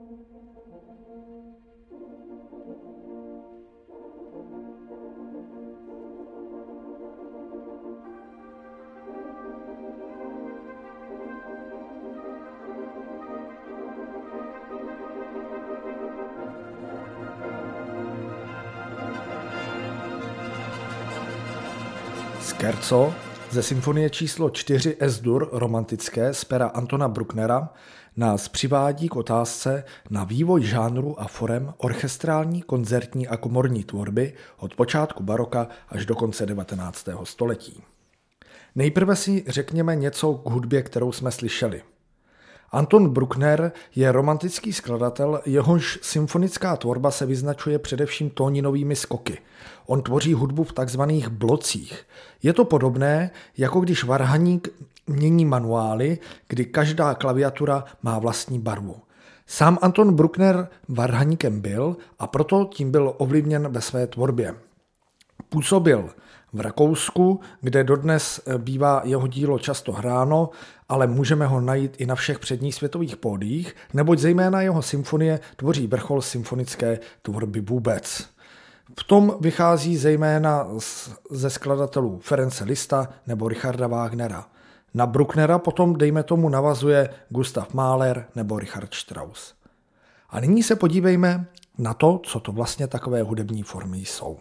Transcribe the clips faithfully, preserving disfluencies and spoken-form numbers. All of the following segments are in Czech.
Scherzo ze symfonie číslo čtyři Es-dur romantické z pera Antona Brucknera nás přivádí k otázce na vývoj žánru a forem orchestrální, koncertní a komorní tvorby od počátku baroka až do konce devatenáctého století. Nejprve si řekněme něco k hudbě, kterou jsme slyšeli. Anton Bruckner je romantický skladatel, jehož symfonická tvorba se vyznačuje především tóninovými skoky. On tvoří hudbu v takzvaných blocích. Je to podobné, jako když varhaník mění manuály, kdy každá klaviatura má vlastní barvu. Sám Anton Bruckner varhaníkem byl a proto tím byl ovlivněn ve své tvorbě. Působil v Rakousku, kde dodnes bývá jeho dílo často hráno, ale můžeme ho najít i na všech předních světových pódiích, neboť zejména jeho symfonie tvoří vrchol symfonické tvorby vůbec. V tom vychází zejména ze skladatelů Ference Liszta nebo Richarda Wagnera. Na Brucknera potom, dejme tomu, navazuje Gustav Mahler nebo Richard Strauss. A nyní se podívejme na to, co to vlastně takové hudební formy jsou.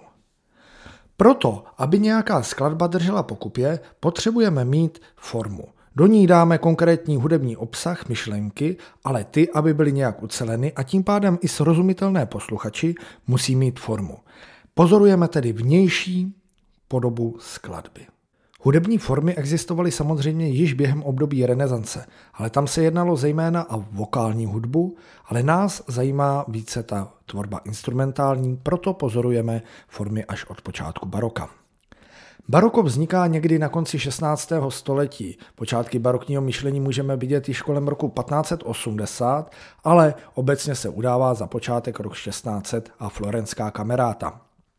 Proto, aby nějaká skladba držela pokupě, potřebujeme mít formu. Do ní dáme konkrétní hudební obsah, myšlenky, ale ty, aby byly nějak uceleny a tím pádem i srozumitelné posluchači, musí mít formu. Pozorujeme tedy vnější podobu skladby. Hudební formy existovaly samozřejmě již během období renesance, ale tam se jednalo zejména o vokální hudbu, ale nás zajímá více ta tvorba instrumentální, proto pozorujeme formy až od počátku baroka. Baroko vzniká někdy na konci šestnáctého století. Počátky barokního myšlení můžeme vidět již kolem roku patnáct set osmdesát, ale obecně se udává za počátek rok šestnáct set a Florenská kameráta.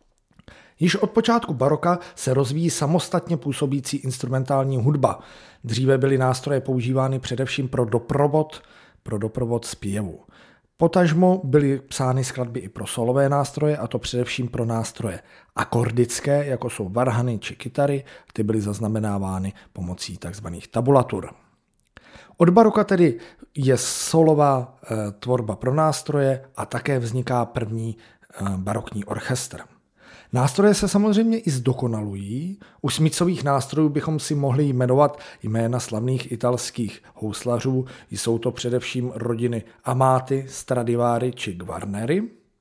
Již od počátku baroka se rozvíjí samostatně působící instrumentální hudba. Dříve byly nástroje používány především pro doprovod, pro doprovod zpěvu. Potažmo byly psány skladby i pro solové nástroje, a to především pro nástroje akordické, jako jsou varhany či kytary, ty byly zaznamenávány pomocí tzv. Tabulatur. Od baroka tedy je solová e, tvorba pro nástroje a také vzniká první e, barokní orchestr. Nástroje se samozřejmě i zdokonalují. U smycových nástrojů bychom si mohli jmenovat jména slavných italských houslařů. Jsou to především rodiny Amati, Stradivari či Guarneri.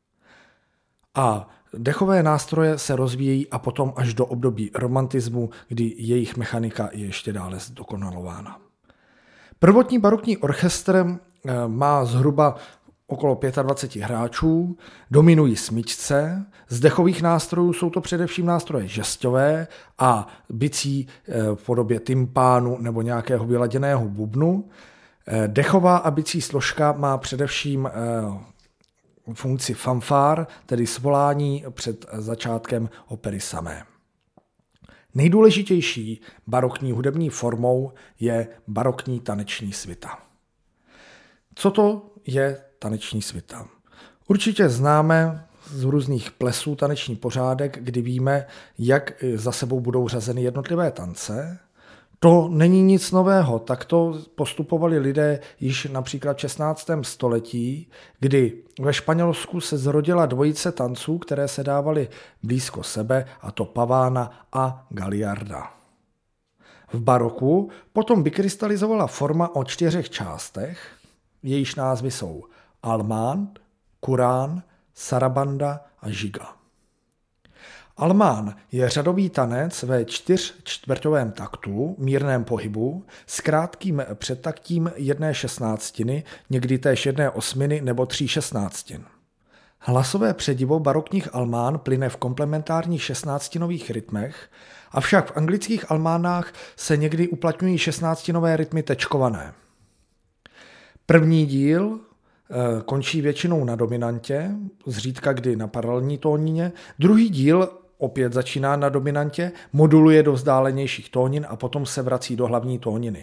A dechové nástroje se rozvíjejí a potom až do období romantismu, kdy jejich mechanika je ještě dále zdokonalována. Prvotní barokní orchestr má zhruba okolo dvacet pět hráčů, dominují smyčce, z dechových nástrojů jsou to především nástroje žesťové a bicí v podobě tympánu nebo nějakého vyladěného bubnu. Dechová a bicí složka má především funkci fanfár, tedy svolání před začátkem opery samé. Nejdůležitější barokní hudební formou je barokní taneční svita. Co to je taneční svita? Určitě známe z různých plesů taneční pořádek, kdy víme, jak za sebou budou řazeny jednotlivé tance. To není nic nového, takto postupovali lidé již například v šestnáctém století, kdy ve Španělsku se zrodila dvojice tanců, které se dávaly blízko sebe, a to pavána a galiarda. V baroku potom vykrystalizovala forma o čtyřech částech, jejíž názvy jsou almán, kurán, sarabanda a žiga. Almán je řadový tanec ve čtyřčtvrťovém taktu, mírném pohybu, s krátkým předtaktím jedné šestnáctiny, někdy též jedné osminy nebo tří šestnáctin. Hlasové předivo barokních almán plyne v komplementárních šestnáctinových rytmech, avšak v anglických almánách se někdy uplatňují šestnáctinové rytmy tečkované. První díl e, končí většinou na dominantě, zřídka kdy na paralelní tónině. Druhý díl opět začíná na dominantě, moduluje do vzdálenějších tónin a potom se vrací do hlavní tóniny.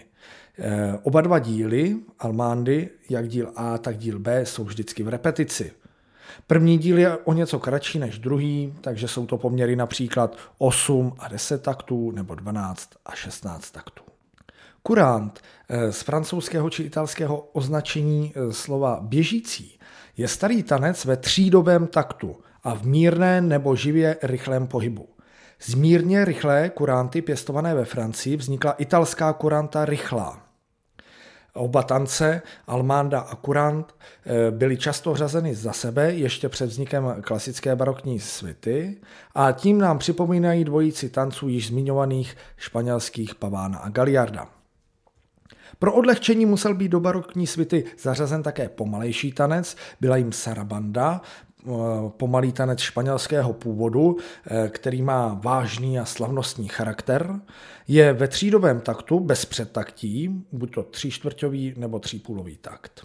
Oba dva díly Almády, jak díl A, tak díl B, jsou vždycky v repetici. První díl je o něco kratší než druhý, takže jsou to poměry například osm a deset taktů nebo dvanáct a šestnáct taktů. Kurant z francouzského či italského označení slova běžící je starý tanec ve třídobém taktu a v mírné nebo živě rychlém pohybu. Z mírně rychlé kuranty pěstované ve Francii vznikla italská kuranta rychlá. Oba tance, Almáda a kurant, byly často řazeny za sebe ještě před vznikem klasické barokní svity a tím nám připomínají dvojici tanců již zmiňovaných španělských Pavána a Galliarda. Pro odlehčení musel být do barokní svity zařazen také pomalejší tanec, byla jim sarabanda, pomalý tanec španělského původu, který má vážný a slavnostní charakter, je ve třídobém taktu bez předtaktí, buď to tříčtvrťový nebo třípůlový takt.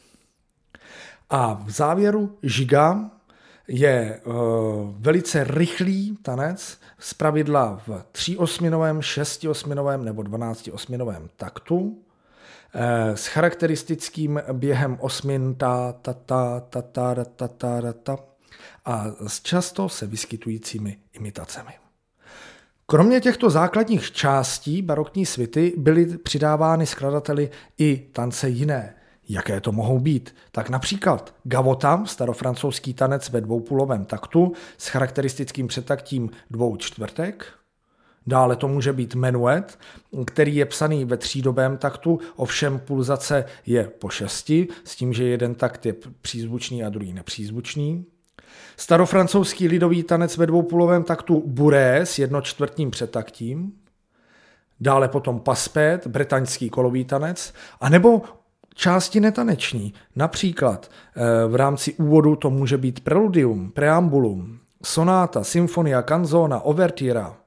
A v závěru žiga je velice rychlý tanec, zpravidla v tříosminovém, šestiosminovém nebo dvanáctiosminovém taktu, s charakteristickým během osmin ta ta ta ta ta ta ta ta a s často se vyskytujícími imitacemi. Kromě těchto základních částí barokní svity byly přidávány skladateli i tance jiné. Jaké to mohou být? Tak například gavota, starofrancouzský tanec ve dvoupůlovém taktu s charakteristickým přetaktím dvou čtvrtek. Dále to může být menuet, který je psaný ve třídobém taktu, ovšem pulzace je po šesti, s tím, že jeden takt je přízvučný a druhý nepřízvučný. Starofrancouzský lidový tanec ve dvoupůlovém taktu buré s jednočtvrtním přetaktím. Dále potom paspét, bretaňský kolový tanec, anebo části netaneční. Například v rámci úvodu to může být preludium, preambulum, sonáta, symfonia, canzona, overtýra.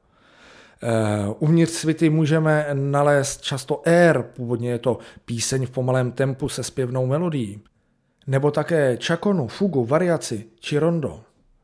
Uvnitř svity můžeme nalézt často air, původně je to píseň v pomalém tempu se zpěvnou melodií, nebo také čakonu, fugu, variaci či rondo.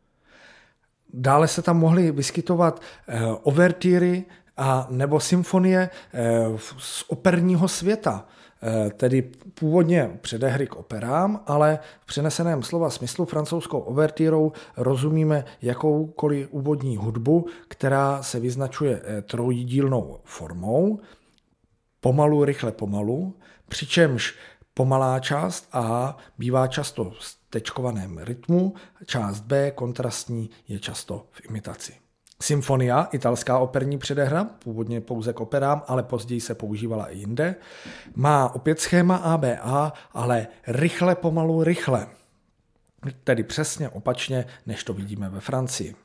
Dále se tam mohly vyskytovat overtýry a nebo symfonie z operního světa, tedy původně předehry k operám, ale v přeneseném slova smyslu francouzskou overtýrou rozumíme jakoukoliv úvodní hudbu, která se vyznačuje trojdílnou formou, pomalu, rychle, pomalu, přičemž pomalá část A bývá často v tečkovaném rytmu, část B, kontrastní, je často v imitaci. Symfonia, italská operní předehra, původně pouze k operám, ale později se používala i jinde, má opět schéma A B A, ale rychle, pomalu, rychle. Tedy přesně opačně, než to vidíme ve Francii.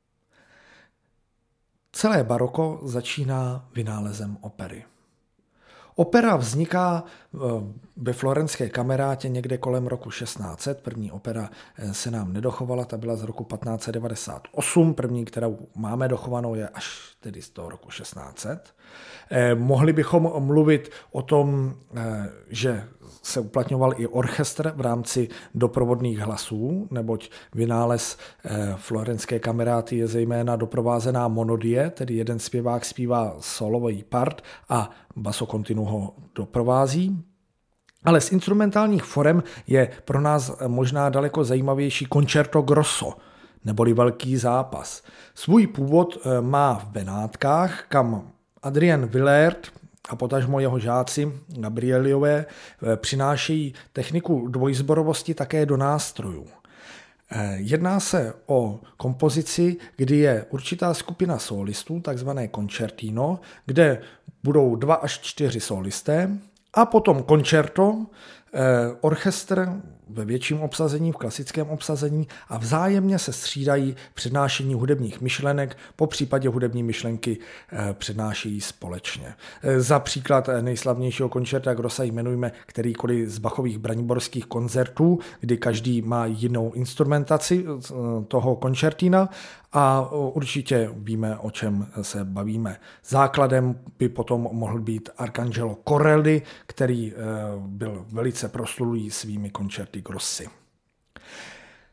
Celé baroko začíná vynálezem opery. Opera vzniká ve florenské kamerátě někde kolem roku šestnáct set. První opera se nám nedochovala, ta byla z roku patnáct set devadesát osm. První, kterou máme dochovanou, je až tedy z toho roku šestnáct set. Eh, mohli bychom mluvit o tom, eh, že se uplatňoval i orchestr v rámci doprovodných hlasů, neboť vynález eh, florenské kameráty je zejména doprovázená monodie, tedy jeden zpěvák zpívá solový part a basso continuo ho doprovází. Ale z instrumentálních forem je pro nás možná daleko zajímavější concerto grosso, neboli velký zápas. Svůj původ má v Benátkách, kam Adrien Willaert a potažmo jeho žáci Gabrieliové přinášejí techniku dvojzborovosti také do nástrojů. Jedná se o kompozici, kdy je určitá skupina solistů, takzvané concertino, kde budou dva až čtyři solisté, a potom koncerto, orchestr ve větším obsazení, v klasickém obsazení a vzájemně se střídají přednášení hudebních myšlenek, po případě hudební myšlenky přednášejí společně. Za příklad nejslavnějšího koncerta grossa jmenujeme kterýkoliv z Bachových braniborských koncertů, kdy každý má jinou instrumentaci toho koncertína a určitě víme, o čem se bavíme. Základem by potom mohl být Arcangelo Corelli, který byl velice proslulý svými koncerty grossy.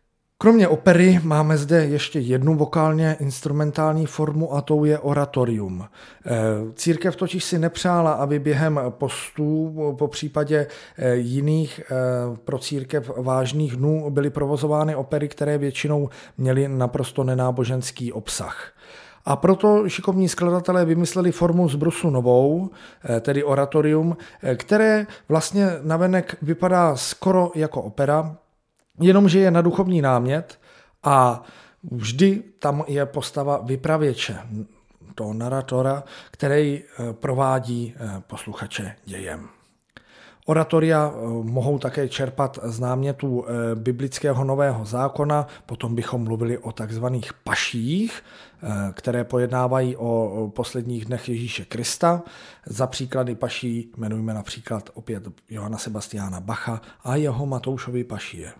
Kromě opery máme zde ještě jednu vokálně instrumentální formu a tou je oratorium. Církev totiž si nepřála, aby během postů, po případě jiných pro církev vážných dnů byly provozovány opery, které většinou měly naprosto nenáboženský obsah. A proto šikovní skladatelé vymysleli formu z brusu novou, tedy oratorium, které vlastně navenek vypadá skoro jako opera, jenomže je na duchovní námět a vždy tam je postava vypravěče, toho narratora, který provádí posluchače dějem. Oratoria mohou také čerpat z námětů biblického Nového zákona, potom bychom mluvili o takzvaných paších, které pojednávají o posledních dnech Ježíše Krista. Za příklady paší jmenujeme například opět Johanna Sebastiana Bacha a jeho Matoušovy pašie.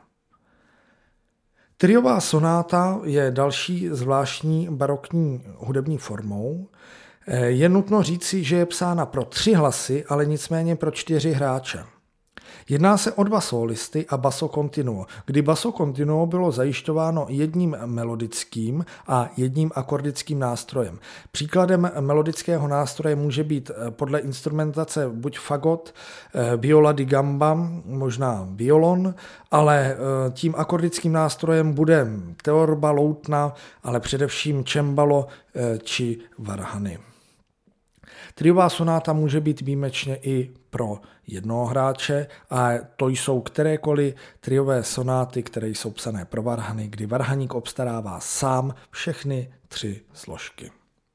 Triová sonáta je další zvláštní barokní hudební formou. Je nutno říci, že je psána pro tři hlasy, ale nicméně pro čtyři hráče. Jedná se o dva solisty a basso continuo, kdy basso continuo bylo zajišťováno jedním melodickým a jedním akordickým nástrojem. Příkladem melodického nástroje může být podle instrumentace buď fagot, viola di gamba, možná violon, ale tím akordickým nástrojem bude teorba, loutna, ale především cembalo či varhany. Triová sonáta může být výjimečně i pro jednoho hráče a to jsou kterékoliv triové sonáty, které jsou psané pro varhany, kdy varhaník obstarává sám všechny tři složky.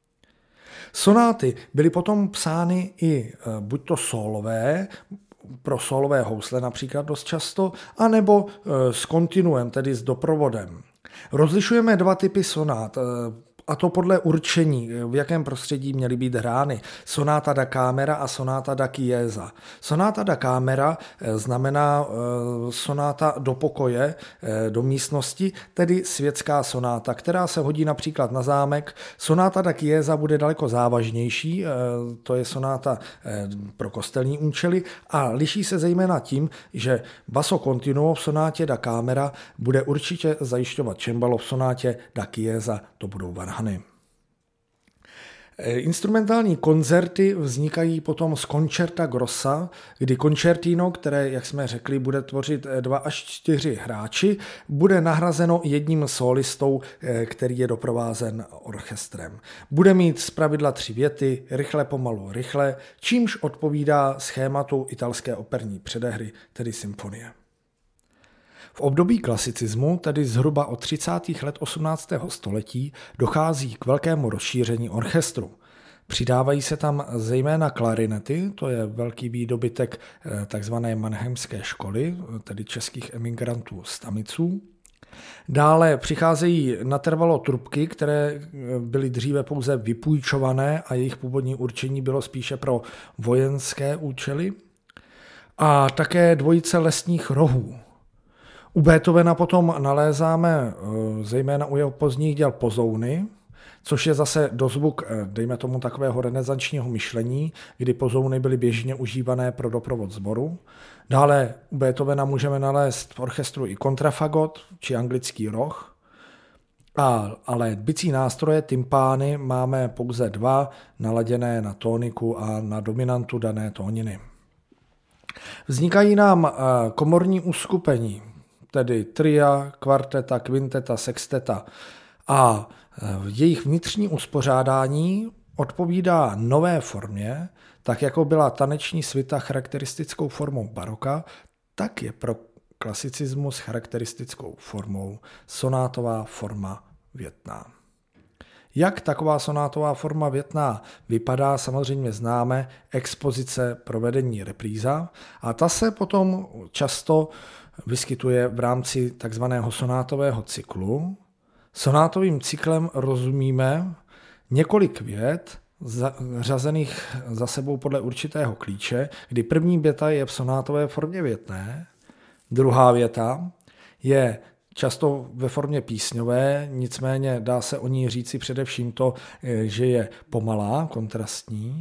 Sonáty byly potom psány i buď to sólové, pro sólové housle například dost často, anebo s kontinuem, tedy s doprovodem. Rozlišujeme dva typy sonát, a to podle určení, v jakém prostředí měly být hrány. Sonáta da camera a sonáta da chiesa. Sonáta da camera znamená sonáta do pokoje, do místnosti, tedy světská sonáta, která se hodí například na zámek. Sonáta da chiesa bude daleko závažnější, to je sonáta pro kostelní účely a liší se zejména tím, že basso continuo v sonátě da camera bude určitě zajišťovat cembalo, v sonátě da chiesa to budou varhany. Instrumentální koncerty vznikají potom z concerta grossa, kdy concertino, které, jak jsme řekli, bude tvořit dva až čtyři hráči, bude nahrazeno jedním solistou, který je doprovázen orchestrem. Bude mít zpravidla tři věty, rychle, pomalu, rychle, čímž odpovídá schématu italské operní předehry, tedy symfonie. V období klasicismu, tedy zhruba od třicátých let osmnáctého století, dochází k velkému rozšíření orchestru. Přidávají se tam zejména klarinety, to je velký výdobytek tzv. Mannheimské školy, tedy českých emigrantů z Tamiců. Dále přicházejí natrvalo trubky, které byly dříve pouze vypůjčované a jejich původní určení bylo spíše pro vojenské účely. A také dvojice lesních rohů. U Beethovena potom nalézáme zejména u jeho pozdních děl pozouny, což je zase dozvuk, dejme tomu, takového renesančního myšlení, kdy pozouny byly běžně užívané pro doprovod sboru. Dále u Beethovena můžeme nalézt v orchestru i kontrafagot či anglický roh, a, ale bicí nástroje, tympány, máme pouze dva, naladěné na tóniku a na dominantu dané tóniny. Vznikají nám komorní uskupení, tedy tria, kvarteta, kvinteta, sexteta a jejich vnitřní uspořádání odpovídá nové formě, tak jako byla taneční svita charakteristickou formou baroka, tak je pro klasicismus charakteristickou formou sonátová forma větná. Jak taková sonátová forma větná vypadá, samozřejmě známe, expozice, provedení, repríza a ta se potom často vyskytuje v rámci takzvaného sonátového cyklu. Sonátovým cyklem rozumíme několik vět, řazených za sebou podle určitého klíče, kdy první věta je v sonátové formě větné, druhá věta je často ve formě písňové, nicméně dá se o ní říci především to, že je pomalá, kontrastní.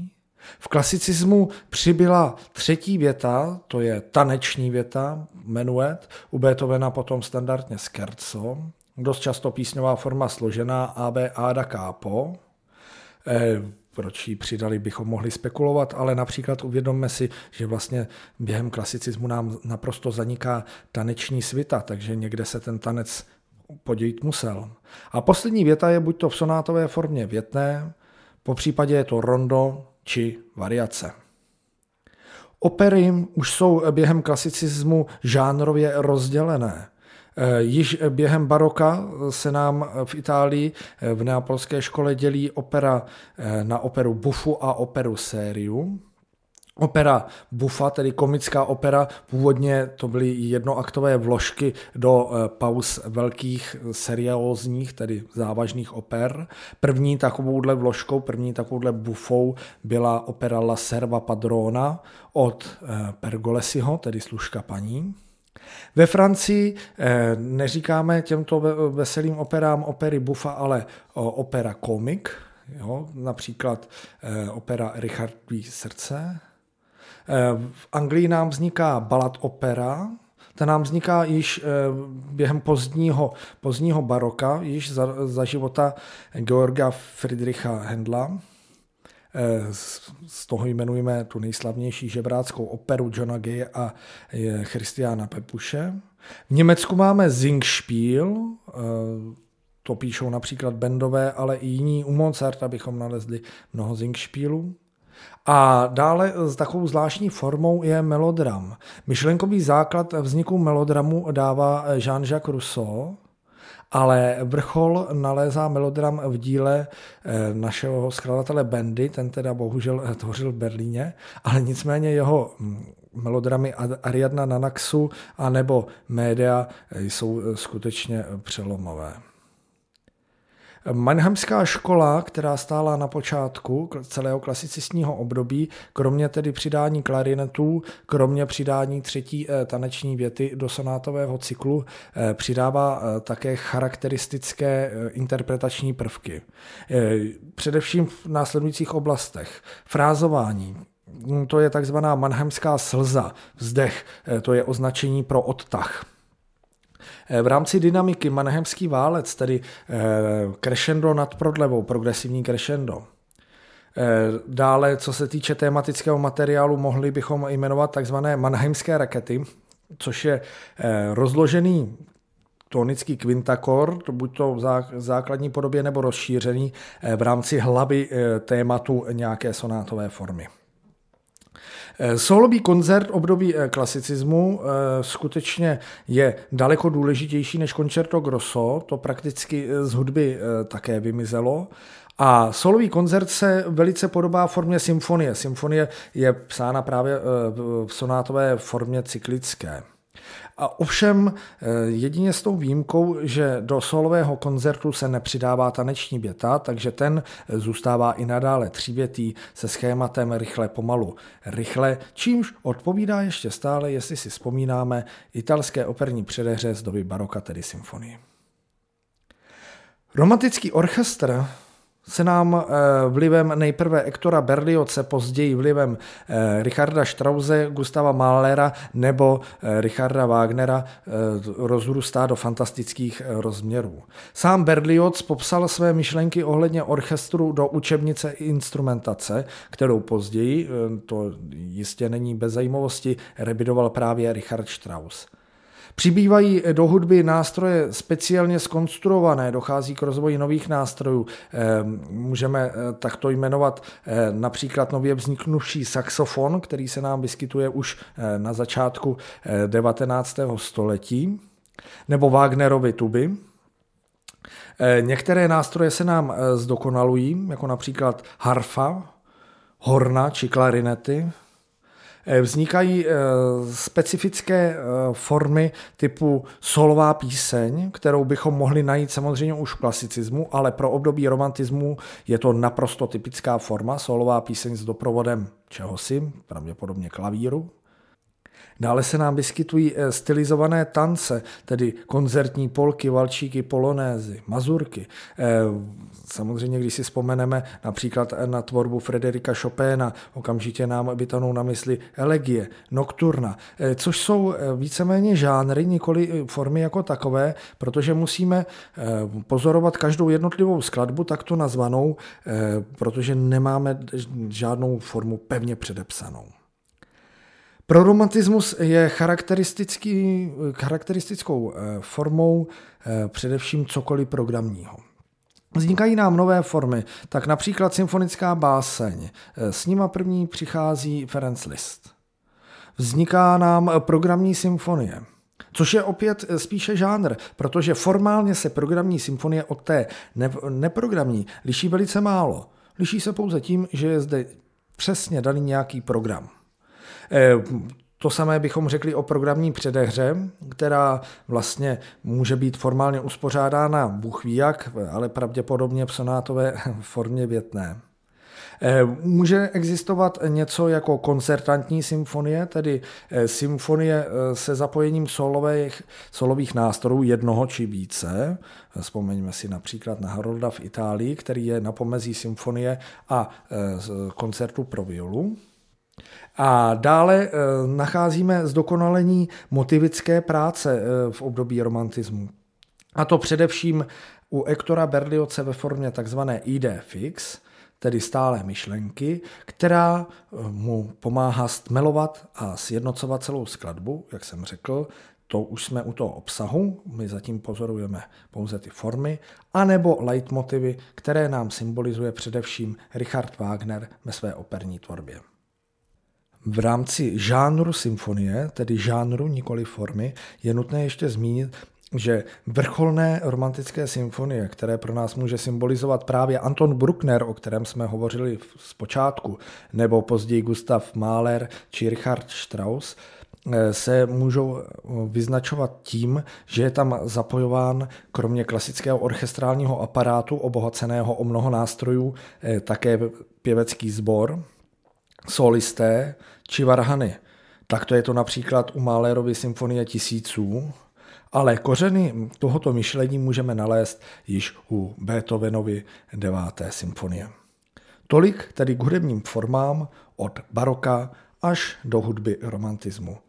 V klasicismu přibyla třetí věta, to je taneční věta, menuet, u Beethovena potom standardně scherzo, dost často písňová forma složená A B Ada capo. E, proč ji přidali, bychom mohli spekulovat, ale například uvědomme si, že vlastně během klasicismu nám naprosto zaniká taneční svita, takže někde se ten tanec podějit musel. A poslední věta je buď to v sonátové formě větné, po případě je to rondo či variace. Opery už jsou během klasicismu žánrově rozdělené. Již během baroka se nám v Itálii v neapolské škole dělí opera na operu buffu a operu sériu. Opera buffa, tedy komická opera, původně to byly jednoaktové vložky do pauz velkých seriózních, tedy závažných oper. První takovouhle vložkou, první takovouhle buffou byla opera La Serva Padrona od Pergolesiho, tedy Služka paní. Ve Francii neříkáme těmto veselým operám opery buffa, ale opera komik, jo, například opera Richardovi srdce. V Anglii nám vzniká ballad opera, ta nám vzniká již během pozdního, pozdního baroka, již za, za života Georga Friedricha Händla. Z toho jmenujeme tu nejslavnější žebráckou operu Johna Gaye a Christiana Pepuše. V Německu máme Singspiel, to píšou například bandové, ale i jiní. U Mozarta bychom nalezli mnoho Singspielů. A dále s takovou zvláštní formou je melodram. Myšlenkový základ vzniku melodramu dává Jean-Jacques Rousseau, ale vrchol nalézá melodram v díle našeho skladatele Bandy, ten teda bohužel tvořil v Berlíně, ale nicméně jeho melodramy Ariadna na Naxu a nebo Média jsou skutečně přelomové. Mannheimská škola, která stála na počátku celého klasicistního období, kromě tedy přidání klarinetů, kromě přidání třetí taneční věty do sonátového cyklu, přidává také charakteristické interpretační prvky. Především v následujících oblastech. Frázování. To je takzvaná mannheimská slza, vzdech, to je označení pro odtah. V rámci dynamiky Mannheimský válec, tedy crescendo nad prodlevou, progresivní crescendo. Dále, co se týče tematického materiálu, mohli bychom jmenovat takzvané mannheimské rakety, což je rozložený tónický kvintakord, buď to v základní podobě nebo rozšířený v rámci hlavy tématu nějaké sonátové formy. Sólový koncert období klasicismu skutečně je daleko důležitější než concerto grosso, to prakticky z hudby také vymizelo. A sólový koncert se velice podobá formě symfonie. Symfonie je psána právě v sonátové formě cyklické. A ovšem jedině s tou výjimkou, že do sólového koncertu se nepřidává taneční věta, takže ten zůstává i nadále třívětý se schématem rychle pomalu rychle, čímž odpovídá ještě stále, jestli si vzpomínáme, italské operní předehře z doby baroka, tedy symfonii. Romantický orchestr se nám vlivem nejprve Hectora Berlioze, později vlivem Richarda Strause, Gustava Mahlera nebo Richarda Wagnera rozrůstá do fantastických rozměrů. Sám Berlioz popsal své myšlenky ohledně orchestru do učebnice instrumentace, kterou později, to jistě není bez zajímavosti, revidoval právě Richard Strauss. Přibývají do hudby nástroje speciálně zkonstruované, dochází k rozvoji nových nástrojů. Můžeme takto jmenovat například nově vzniknuvší saxofon, který se nám vyskytuje už na začátku devatenáctého století, nebo Wagnerovy tuby. Některé nástroje se nám zdokonalují, jako například harfa, horna či klarinety. Vznikají specifické formy typu solová píseň, kterou bychom mohli najít samozřejmě už v klasicismu, ale pro období romantismu je to naprosto typická forma, solová píseň s doprovodem čehosi, pravděpodobně klavíru. Dále se nám vyskytují stylizované tance, tedy koncertní polky, valčíky, polonézy, mazurky. Samozřejmě, když si vzpomeneme například na tvorbu Frederika Chopina, okamžitě nám vytanou na mysli elegie, nocturna, což jsou víceméně žánry, nikoli formy jako takové, protože musíme pozorovat každou jednotlivou skladbu takto nazvanou, protože nemáme žádnou formu pevně předepsanou. Pro romantismus je charakteristický, charakteristickou formou především cokoliv programního. Vznikají nám nové formy, tak například symfonická báseň. S nima první přichází Ferenc Liszt. Vzniká nám programní symfonie, což je opět spíše žánr, protože formálně se programní symfonie od té neprogramní liší velice málo. Liší se pouze tím, že je zde přesně daný nějaký program. To samé bychom řekli o programní předehře, která vlastně může být formálně uspořádána bůh ví jak, ale pravděpodobně v sonátové formě větné. Může existovat něco jako koncertantní symfonie, tedy symfonie se zapojením solových, solových nástrojů jednoho či více. Vzpomeňme si například na Harolda v Itálii, který je na pomezí symfonie a koncertu pro violu. A dále e, nacházíme zdokonalení motivické práce e, v období romantismu. A to především u Hectora Berlioze ve formě tzv. idée fixe, tedy stálé myšlenky, která mu pomáhá stmelovat a sjednocovat celou skladbu, jak jsem řekl. To už jsme u toho obsahu, my zatím pozorujeme pouze ty formy, anebo leitmotivy, které nám symbolizuje především Richard Wagner ve své operní tvorbě. V rámci žánru symfonie, tedy žánru nikoli formy, je nutné ještě zmínit, že vrcholné romantické symfonie, které pro nás může symbolizovat právě Anton Bruckner, o kterém jsme hovořili zpočátku, nebo později Gustav Mahler či Richard Strauss, se můžou vyznačovat tím, že je tam zapojován kromě klasického orchestrálního aparátu, obohaceného o mnoho nástrojů, také pěvecký sbor, solisté či varhany. Takto je to například u Mahlerovy symfonie tisíců, ale kořeny tohoto myšlení můžeme nalézt již u Beethovenovy deváté symfonie. Tolik tedy k hudebním formám od baroka až do hudby romantismu.